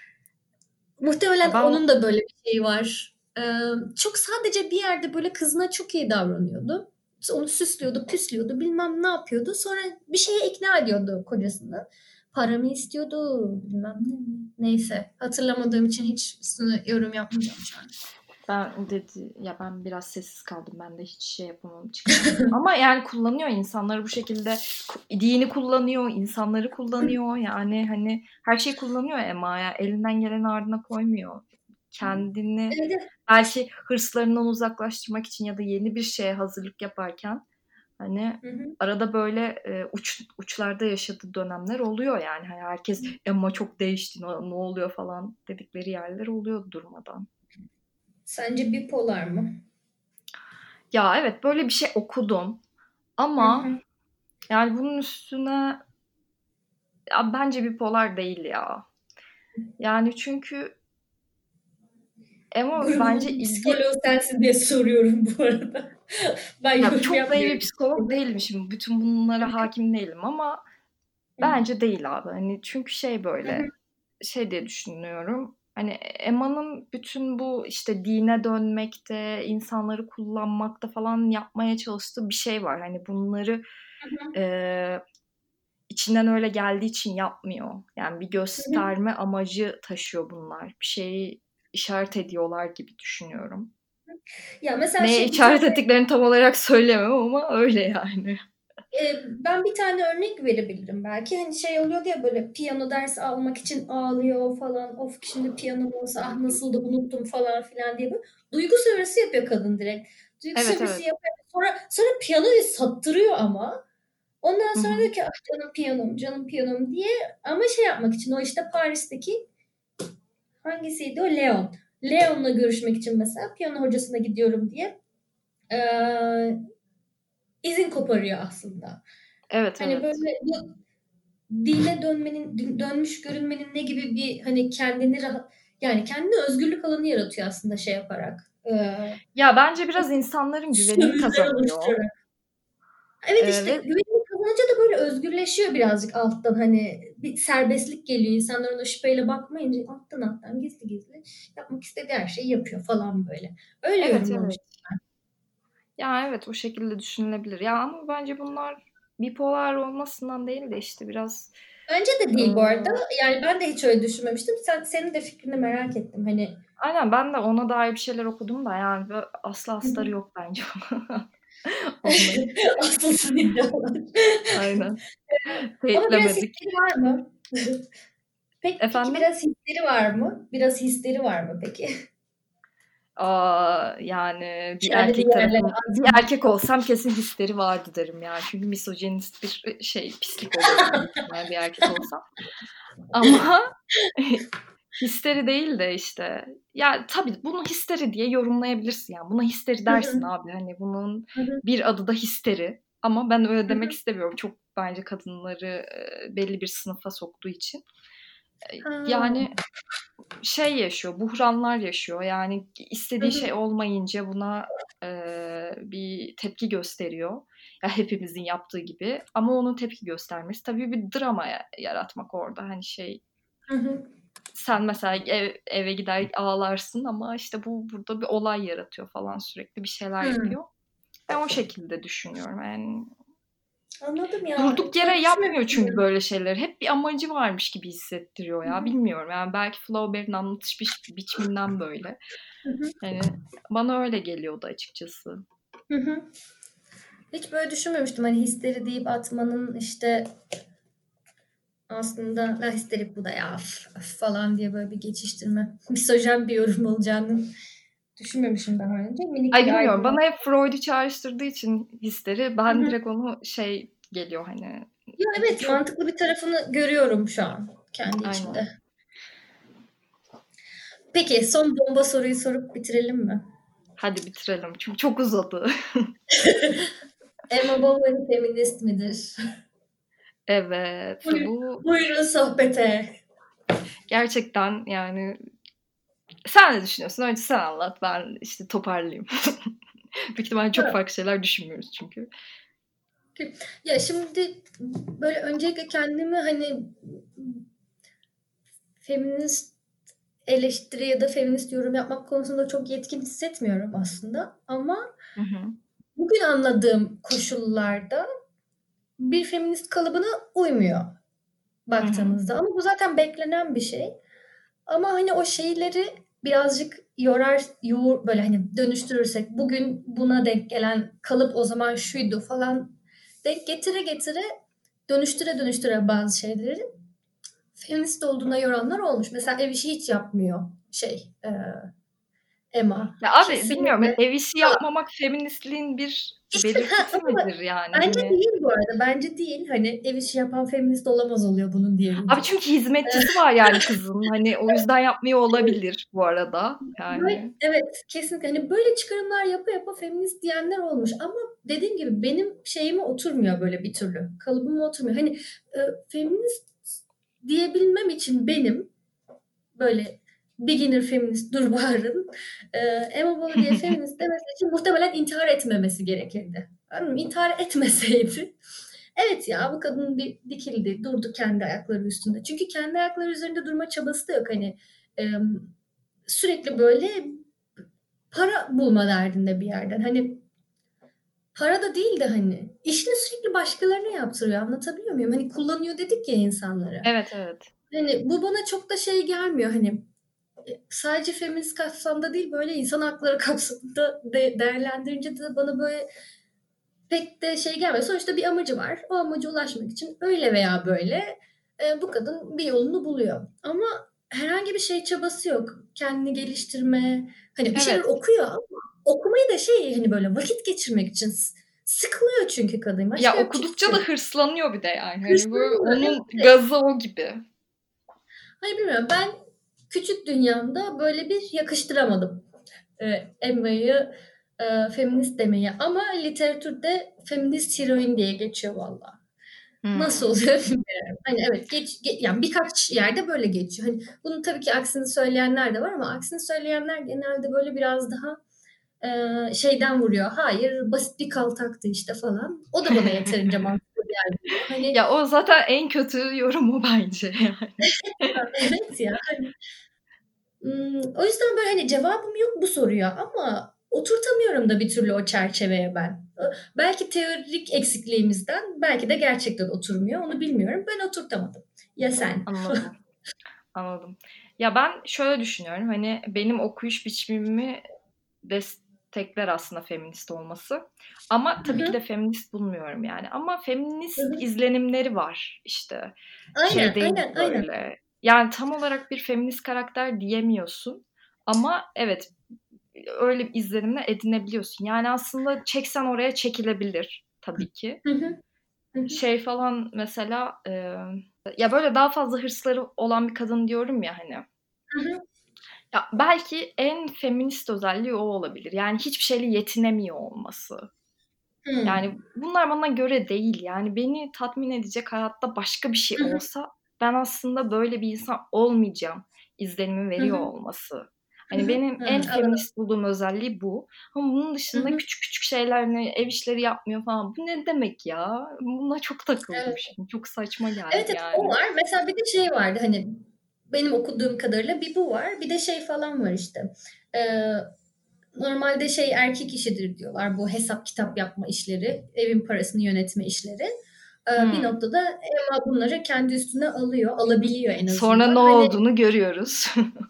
Ya Muhtemelen ben onun da böyle bir şeyi var. Ee, çok sadece bir yerde böyle kızına çok iyi davranıyordu. Onu süslüyordu, püslüyordu, bilmem ne yapıyordu. Sonra bir şeye ikna ediyordu kocasını. Paramı istiyordu, bilmem ne. Neyse, hatırlamadığım için hiç üstüne yorum yapmayacağım şu an. Ben dedi ya, ben biraz sessiz kaldım. Ben de hiç şey yapamam, çıkaramadım. Ama yani kullanıyor insanları bu şekilde. Ku- Dini kullanıyor, insanları kullanıyor. Yani hani her şeyi kullanıyor Emma ya. Elinden geleni ardına koymuyor. Kendini Evet. belki hırslarından uzaklaştırmak için ya da yeni bir şeye hazırlık yaparken hani Hı hı. arada böyle e, uç uçlarda yaşadığı dönemler oluyor yani. Hani herkes Emma çok değişti, ne, ne oluyor falan dedikleri yerler oluyor durmadan. Sence bipolar mı? Ya evet, böyle bir şey okudum. Hı Ama hı. yani bunun üstüne ya bence bipolar değil ya. Yani çünkü ama bence Grubumuzun ilgi psikoloğu sensin diye soruyorum bu arada. Ben ya yorum çok da iyi bir yapmıyorum. psikolog değilim şimdi. Bütün bunlara hakim değilim ama Hı hı. bence değil abi. Hani çünkü şey Hı hı. böyle şey diye düşünüyorum. Hani Emma'nın bütün bu işte dine dönmekte, insanları kullanmakta falan yapmaya çalıştığı bir şey var. Hani bunları Hı hı. eee, içinden öyle geldiği için yapmıyor. Yani bir Hı hı. gösterme amacı taşıyor bunlar. Bir şeyi işaret ediyorlar gibi düşünüyorum. Ya mesela Neye şey bir tane işaret ettiklerini tam olarak söyleyemem ama öyle yani. e, ben bir tane örnek verebilirim belki. Hani şey oluyordu ya böyle piyano dersi almak için ağlıyor falan. Of şimdi piyano olsa ah nasıl da unuttum falan filan diye böyle. Duygu sömürüsü yapıyor kadın direkt. Duygu Evet sömürüsü evet. yapıyor. Sonra, sonra piyanoyu sattırıyor ama. Ondan Hı sonra hı. diyor ki ah canım piyanom canım piyanom diye ama şey yapmak için o işte Paris'teki hangisiydi o Leon. Leon'la görüşmek için mesela piyano hocasına gidiyorum diye eee, izin koparıyor aslında. Evet Hani evet. böyle bu dine dönmenin dönmüş görünmenin ne gibi bir hani kendini rahat yani kendine özgürlük alanı yaratıyor aslında şey yaparak. Eee Ya bence biraz insanların güvenini sömürüler kazanıyor. oluşturarak. Evet Ee, işte ve güvenini kazanınca da böyle özgürleşiyor birazcık alttan hani bir serbestlik geliyor. İnsanların o şüpheyle bakmayınca alttan alttan gizli gizli yapmak istediği her şeyi yapıyor falan böyle. Öyle evet yorumlamış. evet. Ya evet o şekilde düşünülebilir. Ya ama bence bunlar bipolar olmasından değil de işte biraz Bence de e, değil bu arada. Yani ben de hiç öyle düşünmemiştim. Sen, senin de fikrini merak ettim. Hani aynen ben de ona dair bir şeyler okudum da yani böyle aslı astarı yok bence onların. asılsız iddialar. Aynen. Ama biraz Teyitlemedik. hisleri var mı? Peki, peki Efendim? biraz hisleri var mı? Biraz hisleri var mı peki? Aa, yani bir Kendini erkek yerlere tarafım bir atma. erkek olsam kesin hisleri vardı derim yani. Çünkü misojinist bir şey pislik olurdum büyük ihtimalle bir erkek olsam. Ama histeri değil de işte ya tabii bunu histeri diye yorumlayabilirsin yani. Buna histeri Hı dersin hı, abi. Hani bunun hı hı, bir adı da histeri. Ama ben öyle hı demek hı. istemiyorum. Çok bence kadınları e, belli bir sınıfa soktuğu için. E, Ha, Yani şey yaşıyor, buhranlar yaşıyor. Yani hı istediği şey hı, olmayınca buna e, bir tepki gösteriyor. Ya hepimizin yaptığı gibi. Ama onun tepki göstermesi tabii bir drama ya- yaratmak orada. Hani şey hı hı, sen mesela ev, eve gider ağlarsın ama işte bu burada bir olay yaratıyor falan sürekli bir şeyler hı. yapıyor. Ben o şekilde düşünüyorum. Yani Anladım ya. durduk Hiç yere öyle yapmıyor düşünmemiştim çünkü ben. böyle şeyler. Hep bir amacı varmış gibi hissettiriyor Hı ya. hı, Bilmiyorum yani belki Flaubert'in anlatış biç- biçiminden böyle. hı hı, Yani bana öyle geliyordu açıkçası. hı hı. Hiç böyle düşünmemiştim. Hani histeri deyip atmanın işte aslında la histerik bu da ya öf, öf falan diye böyle bir geçiştirme. Misojen bir yorum olacağını düşünmemişim daha önce. Minik Ay bir bilmiyorum aydınlanma. bana hep Freud'u çağrıştırdığı için histeri Hı ben hı. direkt onu şey geliyor hani Ya evet çok mantıklı bir tarafını görüyorum şu an kendi aynen. içimde. Peki son bomba soruyu sorup bitirelim mi? Hadi bitirelim çünkü çok uzadı. Emma Bovary feminist midir? Evet Buyur, bu buyurun sohbete. gerçekten yani sen ne düşünüyorsun? Önce sen anlat ben işte toparlayayım. Büyük ihtimalle çok farklı şeyler düşünmüyoruz çünkü. Ya şimdi böyle öncelikle kendimi hani feminist eleştiri ya da feminist yorum yapmak konusunda çok yetkin hissetmiyorum aslında. Ama Hı hı. bugün anladığım koşullarda bir feminist kalıbına uymuyor Hı hı. baktığımızda. Ama bu zaten beklenen bir şey. Ama hani o şeyleri birazcık yorar, yoğur, böyle hani dönüştürürsek bugün buna denk gelen kalıp o zaman şuydu falan denk getire getire dönüştüre dönüştüre bazı şeyleri feminist olduğuna yoranlar olmuş. Mesela ev işi hiç yapmıyor şey e, Emma. Ya abi Kesinlikle. bilmiyorum, ev işi yapmamak feministliğin bir İşte, belirtisi ha, midir yani? bence Hani... değil bu arada. Bence değil. Hani ev işi yapan feminist olamaz oluyor bunun diyelim. Abi çünkü hizmetçisi var yani kızın. Hani o yüzden yapmıyor olabilir bu arada. Yani. Evet, kesinlikle. Hani böyle çıkarımlar yapa yapa feminist diyenler olmuş. Ama dediğim gibi benim şeyime oturmuyor böyle bir türlü. Kalıbıma oturmuyor. Hani e, feminist diyebilmem için benim böyle beginner feminist Durbahar'ın e, Emma Bolivier feminist demesi için muhtemelen intihar etmemesi gerekirdi. Anladın mı? İntihar etmeseydi. Evet ya, bu kadın bir dikildi, durdu kendi ayakları üstünde. Çünkü kendi ayakları üzerinde durma çabası da yok. Hani e, sürekli böyle para bulma derdinde bir yerden. Hani para da değil de hani işini sürekli başkalarına yaptırıyor. Anlatabiliyor muyum? Hani kullanıyor dedik ya insanları. Evet evet. Hani bu bana çok da şey gelmiyor. Hani sadece feminist kapsamda değil, böyle insan hakları kapsamında de değerlendirince de bana böyle pek de şey gelmiyor. Sonuçta bir amacı var. O amaca ulaşmak için öyle veya böyle e, bu kadın bir yolunu buluyor. Ama herhangi bir şey çabası yok. Kendini geliştirme. Hani bir şeyler Evet. okuyor ama okumayı da şey, hani böyle vakit geçirmek için sıkılıyor çünkü kadın. Başka Ya yapacak okudukça hiçbir da şey yok. hırslanıyor bir de yani. Hani böyle Hırslanıyor. onun Evet. gazı o gibi. Hayır, bilmiyorum. Ben küçük dünyamda böyle bir yakıştıramadım. E, Emma'yı e, feminist demeyi. Ama literatürde feminist heroin diye geçiyor vallahi. Nasıl Hmm. oluyor bilmiyorum. Hani evet, geç, ge- yani birkaç yerde böyle geçiyor. Hani bunun tabii ki aksini söyleyenler de var ama aksini söyleyenler genelde böyle biraz daha e, şeyden vuruyor. Hayır, basit bir kaltaktı işte falan. O da bana yeterince mantıklı gelmiyor. Hani Ya o zaten en kötü yorumu bence yani. evet ya. Hani, ım, o yüzden böyle hani cevabım yok bu soruya ama oturtamıyorum da bir türlü o çerçeveye ben. Belki teorik eksikliğimizden, belki de gerçekten oturmuyor. Onu bilmiyorum. Ben oturtamadım. Ya sen? Anladım. Anladım. Ya ben şöyle düşünüyorum. Hani benim okuyuş biçimimi destekler aslında feminist olması. Ama Hı tabii ki hı. de feminist bulmuyorum yani. Ama Hı feminist hı. izlenimleri var işte. Şey Aynen, değil aynen, aynen. böyle. Yani tam olarak bir feminist karakter diyemiyorsun. Ama evet, öyle bir izlenimle edinebiliyorsun. Yani aslında çeksen oraya çekilebilir tabii ki. Hı hı. Hı hı. Şey falan mesela e, ya böyle daha fazla hırsları olan bir kadın diyorum ya hani. Hı hı. Ya belki en feminist özelliği o olabilir. Yani hiçbir şeyle yetinemiyor olması. Hımm. Yani bunlar bana göre değil. Yani beni tatmin edecek hayatta başka bir şey Hı hı. olsa ben aslında böyle bir insan olmayacağım izlenimi Hı veriyor hı. olması. Hı Hani hı. benim en Hıı, anladım. feminist bulduğum özelliği bu. Ama bunun Hı dışında hı. küçük küçük şeyler, hani ev işleri yapmıyor falan. Bu ne demek ya? Buna çok takıldım Evet. şimdi. Çok saçma geldi Evet, evet, o yani. var. Mesela bir de şey vardı, hani, benim okuduğum kadarıyla bir bu var. Bir de şey falan var işte, eee, normalde şey erkek işidir diyorlar, bu hesap kitap yapma işleri, evin parasını yönetme işleri. Eee, bir Hmm. noktada Emma bunları kendi üstüne alıyor, alabiliyor en Sonra azından. ne Hani olduğunu görüyoruz.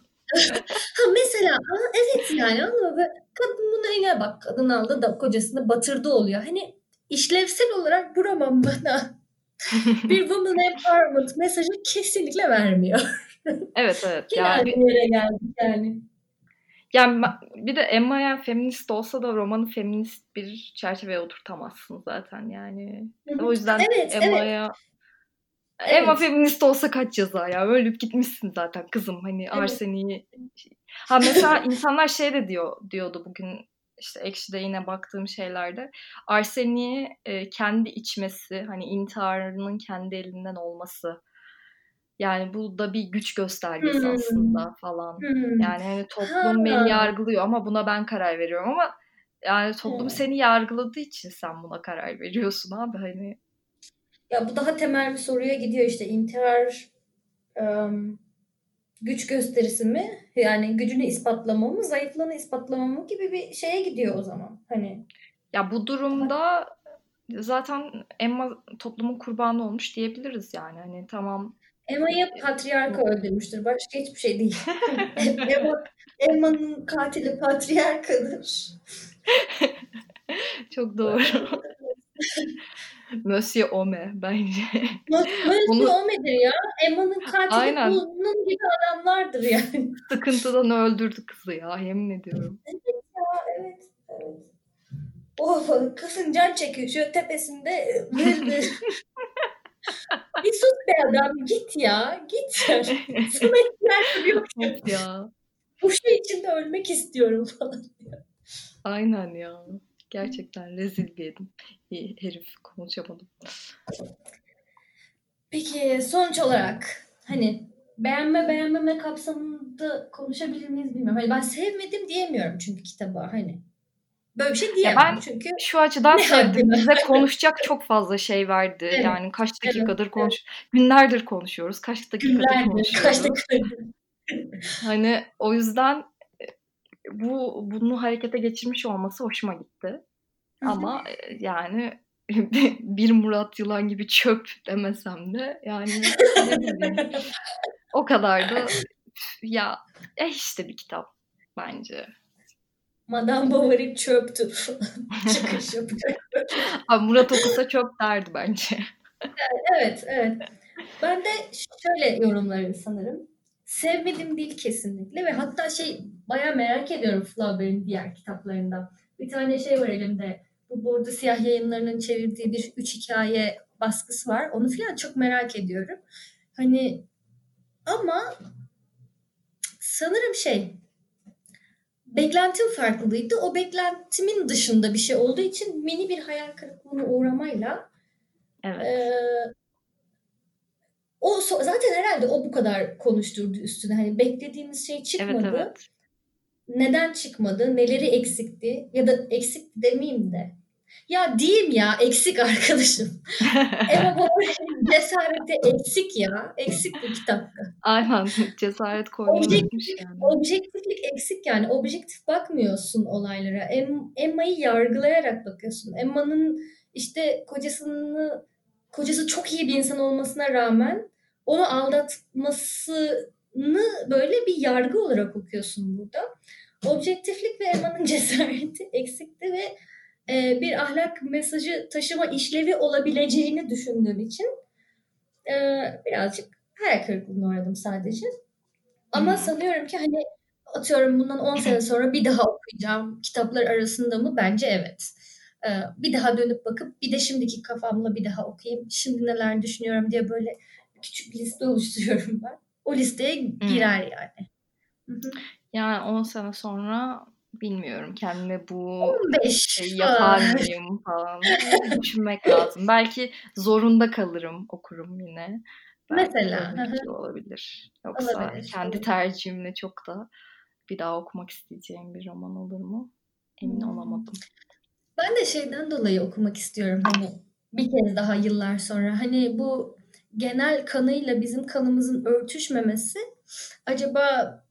ha mesela a evet yani, anladın mı? Böyle kadın buna eline bak, kadın aldı da kocasını batırdı oluyor. Hani işlevsel olarak bu roman bana bir woman empowerment mesajı kesinlikle vermiyor. Evet evet. Gene Ya aynı bir, yere geldik yani. yani bir de Emma yani feminist olsa da romanı feminist bir çerçeveye oturtamazsın zaten yani. Hı hı. O yüzden Evet, evet, Emma'ya Emma evet, feminist olsa kaç ceza ya. Ölüp gitmişsin zaten kızım. Hani evet. Arseni'yi... Ha mesela insanlar şey de diyor diyordu bugün işte Ekşi'de yine baktığım şeylerde. Arseni'yi e, kendi içmesi, hani intiharının kendi elinden olması. Yani bu da bir güç göstergesi Hımm. aslında falan. Hımm. Yani hani Ha. toplum beni yargılıyor ama buna ben karar veriyorum ama yani toplum Hıı. seni yargıladığı için sen buna karar veriyorsun abi hani. Ya bu daha temel bir soruya gidiyor işte. İntihar, emm, güç gösterisi mi? Yani gücünü ispatlama mı, zayıflığını ispatlama mı gibi bir şeye gidiyor o zaman. Hani Ya bu daha durumda zaten Emma toplumun kurbanı olmuş diyebiliriz yani. Hani tamam. Emma'yı patriarka öldürmüştür. Başka hiçbir şey değil. Emma, Emma'nın katili patriarkadır. Çok doğru. Böyle bakabiliriz. Monsieur Ome bence. Monsieur Onu Ome'dir ya. Emma'nın katili aynen. bunun gibi adamlardır yani. Sıkıntıdan öldürdü kızı ya, yemin ediyorum. Evet ya, evet, evet. Oh, kızın can çekiyor şu tepesinde. Vır vır. Bir sus be adam, git ya, git ya. Sana ihtiyacım yok. Of ya. Bu şey içinde ölmek istiyorum falan. Aynen ya. Gerçekten rezil bir yedim. Herif, konuşamadım. Peki sonuç olarak hani beğenme beğenmeme kapsamında konuşabilir miyiz bilmiyorum. Hani ben sevmedim diyemiyorum çünkü kitaba hani. Böyle bir şey diyemem ya ben çünkü şu açıdan ne sevdim. haddime. Bize konuşacak çok fazla şey verdi. Evet, Yani kaç dakikadır evet, konuş, günlerdir konuşuyoruz. Kaç dakikadır günlerdir, kaç konuşuyoruz. dakikadır. Hani o yüzden bu bunu harekete geçirmiş olması hoşuma gitti. Ama yani bir Murat Yılan gibi çöp demesem de yani ne bileyim. O kadar da ya e işte bir kitap bence. Madame Bovary çöptür. Çıkış yapacak. Abi Murat okusa çöp derdi bence. Evet, evet. Ben de şöyle yorumlarım sanırım. Sevmedim değil kesinlikle ve hatta şey bayağı merak ediyorum Flaubert'in diğer kitaplarından. Bir tane şey var elimde. Bu Bordo Siyah Yayınları'nın çevirdiği bir üç hikaye baskısı var. Onu falan çok merak ediyorum. Hani ama sanırım şey beklentim farklıydı. O beklentimin dışında bir şey olduğu için mini bir hayal kırıklığına uğramayla Evet. e, o so- zaten herhalde o bu kadar konuşturdu üstüne. Hani beklediğimiz şey çıkmadı. Evet evet. Neden çıkmadı? Neleri eksikti? Ya da eksikti demeyeyim de. Ya diyeyim ya eksik arkadaşım. Emma Bovary'nin cesareti eksik ya. Eksik bu kitapta. Aynen, cesaret koymayı unutmuş Objektif, yani. objektiflik eksik yani. Objektif bakmıyorsun olaylara. Em, Emma'yı yargılayarak bakıyorsun. Emma'nın işte kocasını kocası çok iyi bir insan olmasına rağmen onu aldatmasını böyle bir yargı olarak okuyorsun burada. Objektiflik ve Emma'nın cesareti eksikti ve e, bir ahlak mesajı taşıma işlevi olabileceğini düşündüğüm için e, birazcık hayal kırıklığına uğradım sadece. Ama Hı-hı. sanıyorum ki hani atıyorum bundan on sene sonra bir daha okuyacağım kitaplar arasında mı? Bence evet. Ee, bir daha dönüp bakıp bir de şimdiki kafamla bir daha okuyayım. Şimdi neler düşünüyorum diye böyle küçük bir liste oluşturuyorum ben. O listeye girer yani. Hı-hı. Yani on sene sonra bilmiyorum kendime bu on beş şey yapar mıyım falan düşünmek lazım. Belki zorunda kalırım, okurum yine. Belki Mesela. öyle bir şey olabilir. Yoksa Olabilir. kendi tercihimle çok da bir daha okumak isteyeceğim bir roman olur mu? Emin olamadım. Ben de şeyden dolayı okumak istiyorum hani bir kez daha yıllar sonra. Hani bu genel kanıyla bizim kanımızın örtüşmemesi acaba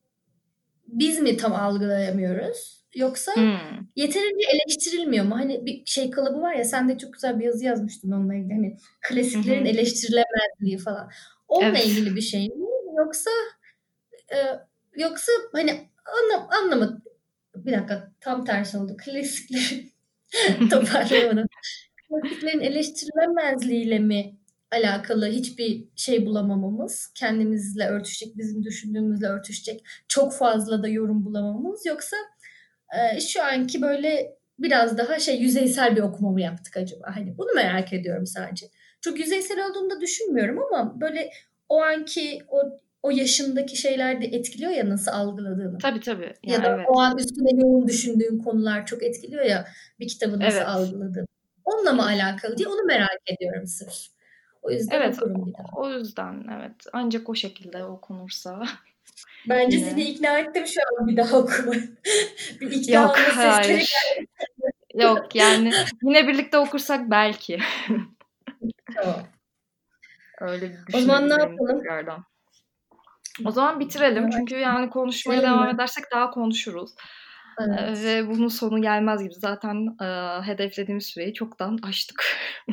biz mi tam algılayamıyoruz? Yoksa Hmm. yeterince eleştirilmiyor mu? Hani bir şey kalıbı var ya sen de çok güzel bir yazı yazmıştın onunla ilgili. Hani klasiklerin Hı-hı. eleştirilemezliği falan. Onunla Evet. ilgili bir şey mi? Yoksa e, yoksa hani anlam anlamadım. Bir dakika tam tersi oldu. Klasiklerin toparlayamadım. Klasiklerin eleştirilemezliğiyle mi alakalı hiçbir şey bulamamamız, kendimizle örtüşecek, bizim düşündüğümüzle örtüşecek çok fazla da yorum bulamamamız yoksa e, şu anki böyle biraz daha şey yüzeysel bir okuma mı yaptık acaba? Hani bunu merak ediyorum sadece. Çok yüzeysel olduğunu da düşünmüyorum ama böyle o anki o o yaşındaki şeyler de etkiliyor ya nasıl algıladığını. Tabii tabii. Ya Ya da evet. o an üstüne yoğun düşündüğün konular çok etkiliyor ya bir kitabı nasıl Evet. algıladığını. Onunla mı alakalı diye onu merak ediyorum sırf. O yüzden Evet. okurum O, bir daha. o yüzden evet. Ancak o şekilde okunursa Bence seni yine. ikna ettim şu an bir daha okuma. Bir ikna Yok, olma sesleri hayır. geldi. Yok yani yine birlikte okursak belki. Tamam. Öyle bir O zaman ne düşünebilirim yapalım? tekrardan. O zaman bitirelim. Çünkü Yavaş yani konuşmaya bitirelim devam mi? edersek daha konuşuruz. Ee, Evet. ve bunun sonu gelmez gibi. Zaten e, hedeflediğimiz süreyi çoktan aştık.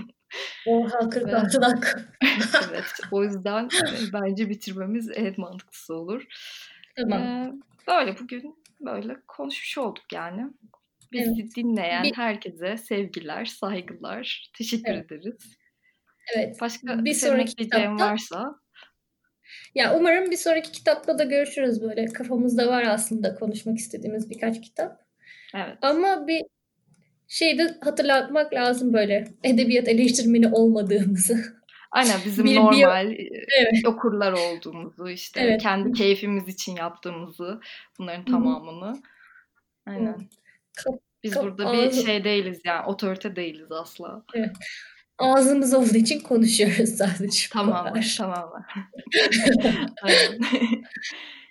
Oha kırk Ve altı dakika. evet, o yüzden e, bence bitirmemiz en mantıklısı olur. Tamam. Ee, böyle bugün böyle konuşmuş olduk yani. Evet. Bizi dinleyen Bir, herkese sevgiler, saygılar. Teşekkür evet. ederiz. Evet. Başka Bir senin sonraki ekleyeceğin kitapta varsa. Ya umarım bir sonraki kitapta da görüşürüz böyle. Kafamızda var aslında konuşmak istediğimiz birkaç kitap. Evet. Ama bir şey de hatırlatmak lazım böyle. Edebiyat eleştirmeni olmadığımızı. Aynen bizim Bir biyo normal Evet. okurlar olduğumuzu, işte Evet. kendi keyfimiz için yaptığımızı, bunların Hı hı. tamamını. Aynen. Evet. Kap Biz kap burada bir ağzı şey değiliz yani, otorite değiliz asla. Evet. Ağzımız olduğu için konuşuyoruz sadece bu Tamamen, kadar. tamamen. Aynen.